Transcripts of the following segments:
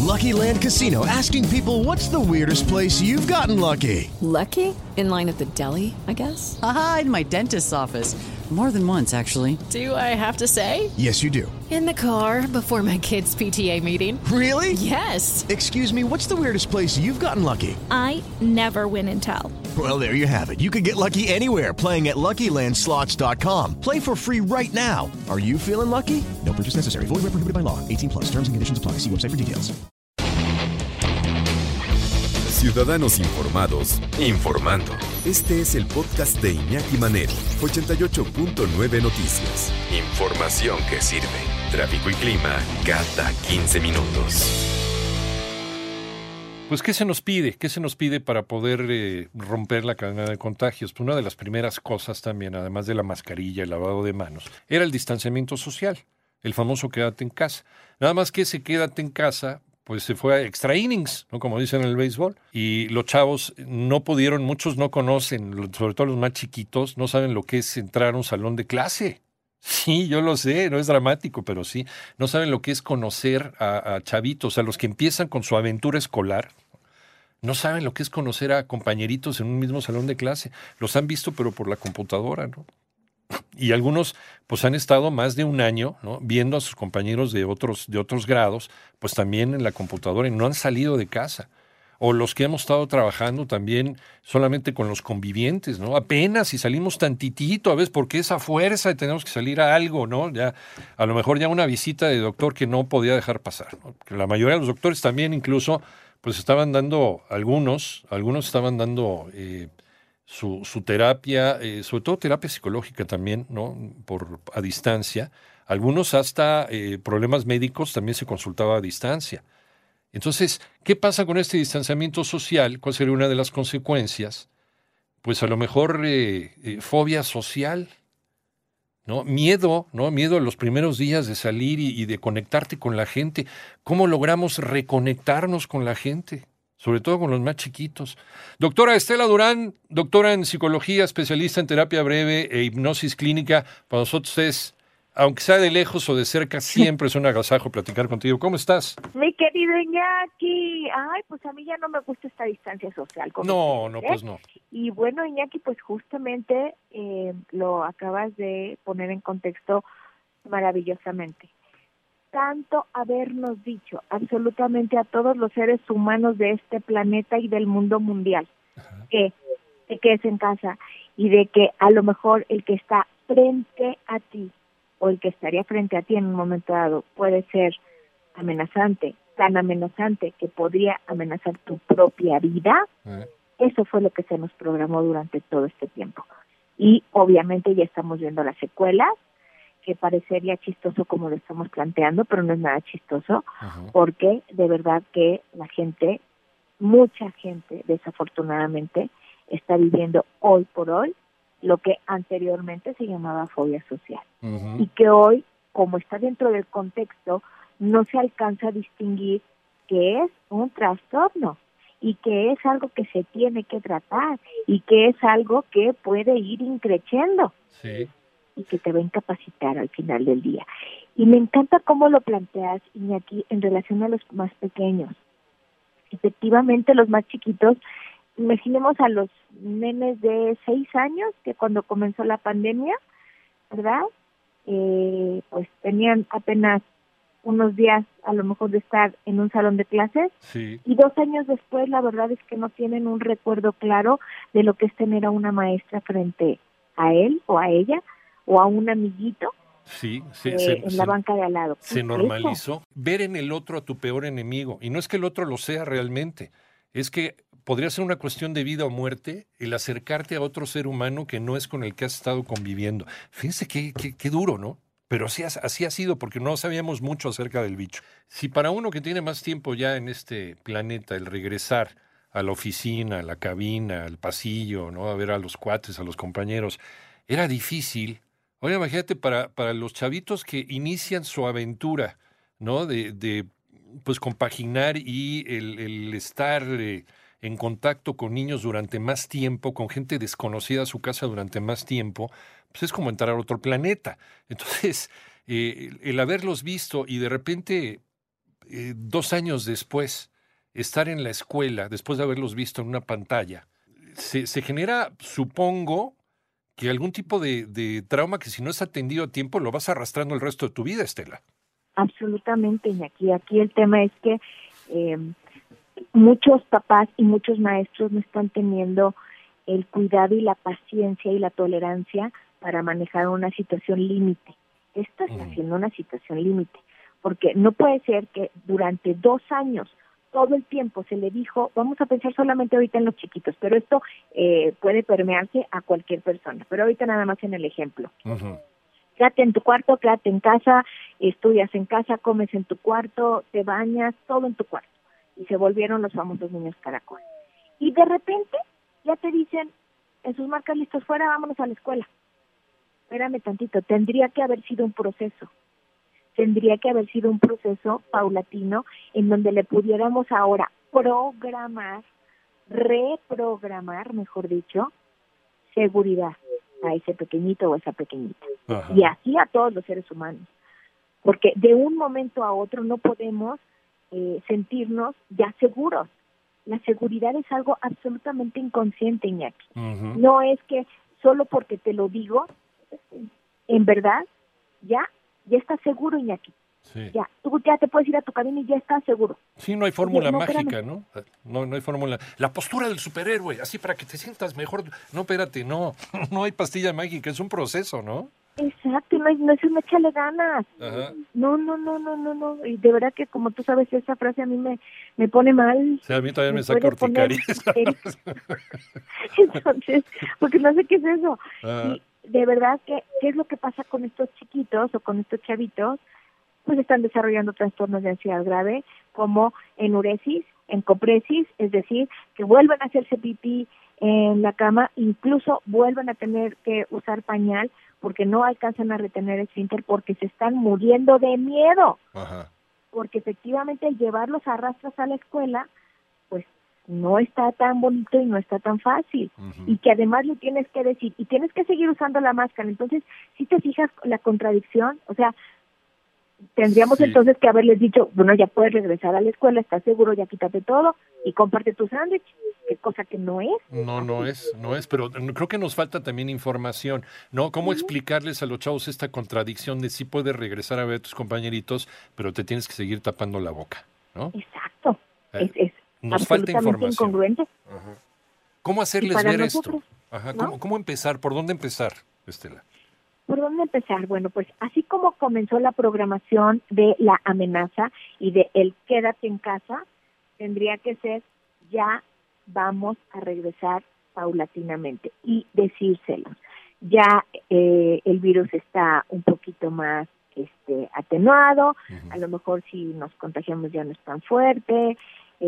Lucky Land Casino, asking people, what's the weirdest place you've gotten lucky? Lucky? In line at the deli, I guess? Aha, in my dentist's office. More than once, actually. Do I have to say? Yes, you do. In the car before my kids' PTA meeting. Really? Yes. Excuse me, what's the weirdest place you've gotten lucky? I never win and tell. Well, there you have it. You can get lucky anywhere, playing at LuckyLandSlots.com. Play for free right now. Are you feeling lucky? No purchase necessary. Void where prohibited by law. 18+. Terms and conditions apply. See website for details. Ciudadanos informados, informando. Este es el podcast de Iñaki Manero, 88.9 Noticias. Información que sirve. Tráfico y clima cada 15 minutos. Pues, ¿qué se nos pide? ¿Qué se nos pide para poder romper la cadena de contagios? Pues una de las primeras cosas también, además de la mascarilla, el lavado de manos, era el distanciamiento social, el famoso quédate en casa. Nada más que ese quédate en casa, pues se fue a extra innings, ¿no? Como dicen en el béisbol, y los chavos no pudieron, muchos no conocen, sobre todo los más chiquitos, no saben lo que es entrar a un salón de clase. Sí, yo lo sé, no es dramático, pero sí, no saben lo que es conocer a chavitos, a los que empiezan con su aventura escolar. No saben lo que es conocer a compañeritos en un mismo salón de clase. Los han visto, pero por la computadora, ¿no? Y algunos pues han estado más de un año, ¿no?, viendo a sus compañeros de otros grados, pues también en la computadora, y no han salido de casa. O los que hemos estado trabajando también solamente con los convivientes, ¿no? Apenas si salimos tantitito, a veces porque esa fuerza y tenemos que salir a algo, ¿no? Ya, a lo mejor ya una visita de doctor que no podía dejar pasar, ¿no? Que la mayoría de los doctores también incluso pues estaban dando, algunos estaban dando su terapia, sobre todo terapia psicológica también, ¿no?, a distancia. Algunos hasta problemas médicos también se consultaba a distancia. Entonces, ¿qué pasa con este distanciamiento social? ¿Cuál sería una de las consecuencias? Pues a lo mejor fobia social, ¿no? Miedo, ¿no? Miedo a los primeros días de salir y de conectarte con la gente. ¿Cómo logramos reconectarnos con la gente? Sobre todo con los más chiquitos. Doctora Estela Durán, doctora en psicología, especialista en terapia breve e hipnosis clínica. Para nosotros es, aunque sea de lejos o de cerca, siempre es un agasajo platicar contigo. ¿Cómo estás? Mi querido Iñaki, pues a mí ya no me gusta esta distancia social. No, pues no. Y bueno, Iñaki, pues justamente lo acabas de poner en contexto maravillosamente. Tanto habernos dicho absolutamente a todos los seres humanos de este planeta y del mundo mundial que te quedes en casa y de que a lo mejor el que está frente a ti o el que estaría frente a ti en un momento dado puede ser amenazante, tan amenazante que podría amenazar tu propia vida. Eso fue lo que se nos programó durante todo este tiempo. Y obviamente ya estamos viendo las secuelas, que parecería chistoso como lo estamos planteando, pero no es nada chistoso, porque de verdad que la gente, mucha gente desafortunadamente, está viviendo hoy por hoy lo que anteriormente se llamaba fobia social. Y que hoy, como está dentro del contexto, no se alcanza a distinguir que es un trastorno y que es algo que se tiene que tratar y que es algo que puede ir increciendo. Sí. Y que te va a incapacitar al final del día. Y me encanta cómo lo planteas, Iñaki, en relación a los más pequeños. Efectivamente, los más chiquitos, imaginemos a los nenes de 6 años, que cuando comenzó la pandemia, ¿verdad? Pues tenían apenas unos días, a lo mejor, de estar en un salón de clases. Sí. Y 2 años después, la verdad es que no tienen un recuerdo claro de lo que es tener a una maestra frente a él o a ella, o a un amiguito en la banca de al lado. Se normalizó ver en el otro a tu peor enemigo. Y no es que el otro lo sea realmente, es que podría ser una cuestión de vida o muerte el acercarte a otro ser humano que no es con el que has estado conviviendo. Fíjense qué duro, ¿no? Pero así ha sido, porque no sabíamos mucho acerca del bicho. Si para uno que tiene más tiempo ya en este planeta, el regresar a la oficina, a la cabina, al pasillo, ¿no?, a ver a los cuates, a los compañeros, era difícil. Oye, imagínate para los chavitos que inician su aventura, ¿no?, de pues compaginar y el estar en contacto con niños durante más tiempo, con gente desconocida a su casa durante más tiempo, pues es como entrar a otro planeta. Entonces, el haberlos visto y de repente 2 años después, estar en la escuela, después de haberlos visto en una pantalla, se genera, supongo, que algún tipo de trauma que si no es atendido a tiempo lo vas arrastrando el resto de tu vida, Estela. Absolutamente, Iñaki. Aquí el tema es que muchos papás y muchos maestros no están teniendo el cuidado y la paciencia y la tolerancia para manejar una situación límite. Esto está siendo una situación límite, porque no puede ser que durante 2 años todo el tiempo se le dijo, vamos a pensar solamente ahorita en los chiquitos, pero esto puede permearse a cualquier persona, pero ahorita nada más en el ejemplo. Quédate en tu cuarto, quédate en casa, estudias en casa, comes en tu cuarto, te bañas, todo en tu cuarto. Y se volvieron los famosos niños caracol. Y de repente ya te dicen, en sus marcas listos fuera, vámonos a la escuela. Espérame tantito, tendría que haber sido un proceso. Tendría que haber sido un proceso paulatino en donde le pudiéramos ahora reprogramar, mejor dicho, seguridad a ese pequeñito o esa pequeñita. Ajá. Y así a todos los seres humanos. Porque de un momento a otro no podemos sentirnos ya seguros. La seguridad es algo absolutamente inconsciente, Iñaki. No es que solo porque te lo digo, en verdad, ya estás seguro, Iñaki. Sí. Ya, tú ya te puedes ir a tu cabina y ya estás seguro. Sí, no hay fórmula mágica, ¿no? No hay fórmula. La postura del superhéroe, así para que te sientas mejor. No, espérate, no hay pastilla mágica, es un proceso, ¿no? Exacto, no es un échale ganas. Ajá. No. Y de verdad que, como tú sabes, esa frase a mí me pone mal. Sí, a mí también me saca urticaria. Entonces, porque no sé qué es eso. Ajá. Y de verdad que, ¿qué es lo que pasa con estos chiquitos o con estos chavitos? Pues están desarrollando trastornos de ansiedad grave, como enuresis, encopresis, es decir, que vuelven a hacerse pipí en la cama, incluso vuelven a tener que usar pañal porque no alcanzan a retener el esfínter, porque se están muriendo de miedo. Ajá. Porque efectivamente el llevarlos a rastras a la escuela, pues no está tan bonito y no está tan fácil. Y que además le tienes que decir, y tienes que seguir usando la máscara. Entonces, si te fijas la contradicción, o sea, tendríamos entonces que haberles dicho, bueno, ya puedes regresar a la escuela, estás seguro, ya quítate todo y comparte tu sándwich, qué cosa que no es. No es, pero creo que nos falta también información, ¿no? ¿Cómo explicarles a los chavos esta contradicción de sí puedes regresar a ver a tus compañeritos, pero te tienes que seguir tapando la boca, ¿no? Exacto, es nos falta información. Incongruente. Ajá. ¿Cómo hacerles ver nosotros, esto? Ajá. ¿no? ¿Cómo empezar? ¿Por dónde empezar, Estela? ¿Por dónde empezar? Bueno, pues así como comenzó la programación de la amenaza y de el quédate en casa, tendría que ser ya vamos a regresar paulatinamente y decírselos. Ya el virus está un poquito más atenuado, a lo mejor si nos contagiamos ya no es tan fuerte,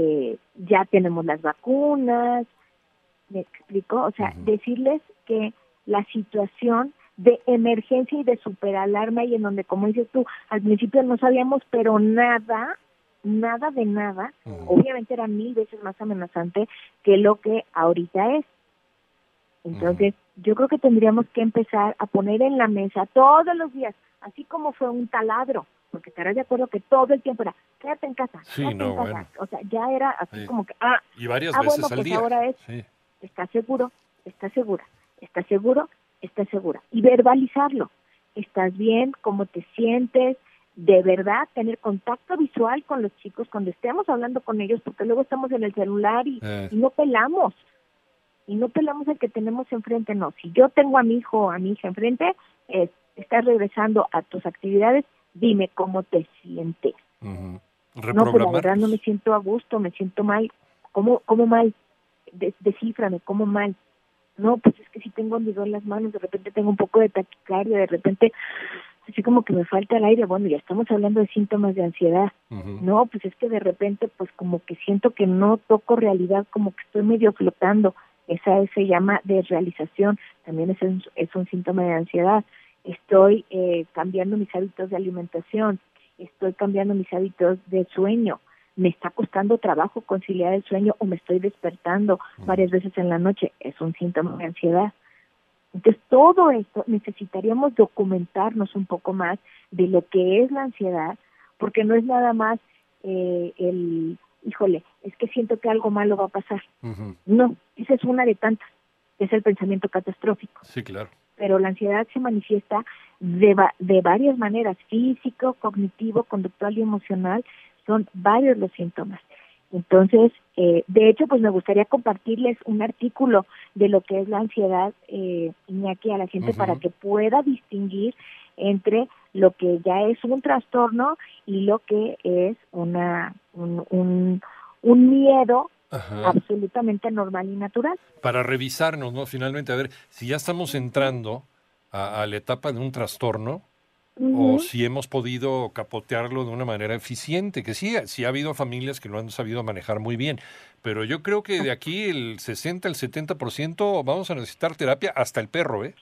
ya tenemos las vacunas, ¿me explico? O sea, decirles que la situación de emergencia y de superalarma y en donde, como dices tú, al principio no sabíamos, pero nada de nada, obviamente era 1000 veces más amenazante que lo que ahorita es. Entonces, yo creo que tendríamos que empezar a poner en la mesa todos los días, así como fue un taladro, porque estarás de acuerdo que todo el tiempo era, quédate en casa, sí, quédate en casa. Bueno. O sea, ya era así como que, y varias veces bueno, al pues día. Ahora es, ¿estás seguro? ¿Estás segura? ¿Estás seguro? ¿Estás segura? Y verbalizarlo. ¿Estás bien? ¿Cómo te sientes? De verdad, tener contacto visual con los chicos cuando estemos hablando con ellos, porque luego estamos en el celular y no pelamos. Y no pelamos al que tenemos enfrente, no. Si yo tengo a mi hijo o a mi hija enfrente, estás regresando a tus actividades, dime cómo te sientes. No, pues la verdad no me siento a gusto, me siento mal. ¿Cómo mal? Descíframe, ¿cómo mal? No, pues es que si tengo hormigón en las manos, de repente tengo un poco de taquicardia, de repente así como que me falta el aire. Bueno, ya estamos hablando de síntomas de ansiedad. No, pues es que de repente pues como que siento que no toco realidad, como que estoy medio flotando. Esa se llama desrealización, también es un síntoma de ansiedad. Estoy cambiando mis hábitos de alimentación, estoy cambiando mis hábitos de sueño. Me está costando trabajo conciliar el sueño o me estoy despertando varias veces en la noche, es un síntoma de ansiedad. Entonces, todo esto necesitaríamos documentarnos un poco más de lo que es la ansiedad, porque no es nada más híjole, es que siento que algo malo va a pasar. Ujú. No, esa es una de tantas, es el pensamiento catastrófico. Sí, claro. Pero la ansiedad se manifiesta de varias maneras, físico, cognitivo, conductual y emocional, son varios los síntomas. Entonces, de hecho, pues me gustaría compartirles un artículo de lo que es la ansiedad, Iñaki, a la gente para que pueda distinguir entre lo que ya es un trastorno y lo que es un miedo absolutamente normal y natural. Para revisarnos, ¿no? Finalmente, a ver, si ya estamos entrando a la etapa de un trastorno, o si hemos podido capotearlo de una manera eficiente, que sí ha habido familias que lo han sabido manejar muy bien, pero yo creo que de aquí el 60, el 70% vamos a necesitar terapia, hasta el perro, ¿eh?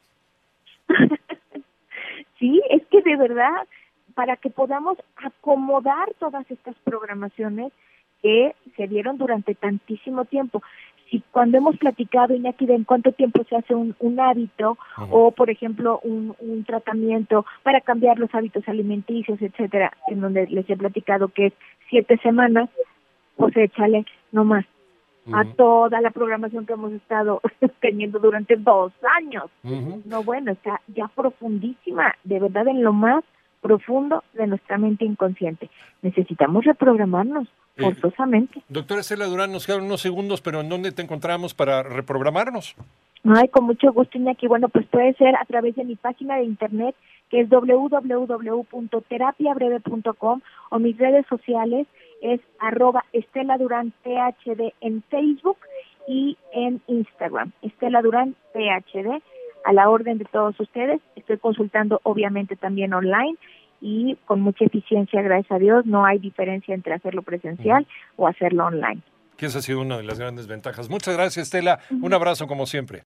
Sí, es que de verdad, para que podamos acomodar todas estas programaciones que se dieron durante tantísimo tiempo. Si cuando hemos platicado, Iñaki, de en cuánto tiempo se hace un hábito, o por ejemplo un tratamiento para cambiar los hábitos alimenticios, etcétera, en donde les he platicado que es 7 semanas, pues échale nomás a toda la programación que hemos estado teniendo durante 2 años. No, bueno, está ya profundísima, de verdad, en lo más profundo de nuestra mente inconsciente. Necesitamos reprogramarnos forzosamente. Doctora Estela Durán, nos quedan unos segundos, pero ¿en dónde te encontramos para reprogramarnos? Ay, con mucho gusto, Iñaki. Bueno, pues puede ser a través de mi página de internet, que es www.terapiabreve.com, o mis redes sociales es @EstelaDuránPhD en Facebook y en Instagram. Estela Durán PhD, a la orden de todos ustedes. Estoy consultando obviamente también online y con mucha eficiencia, gracias a Dios. No hay diferencia entre hacerlo presencial o hacerlo online. Que esa ha sido una de las grandes ventajas. Muchas gracias, Estela. Un abrazo como siempre.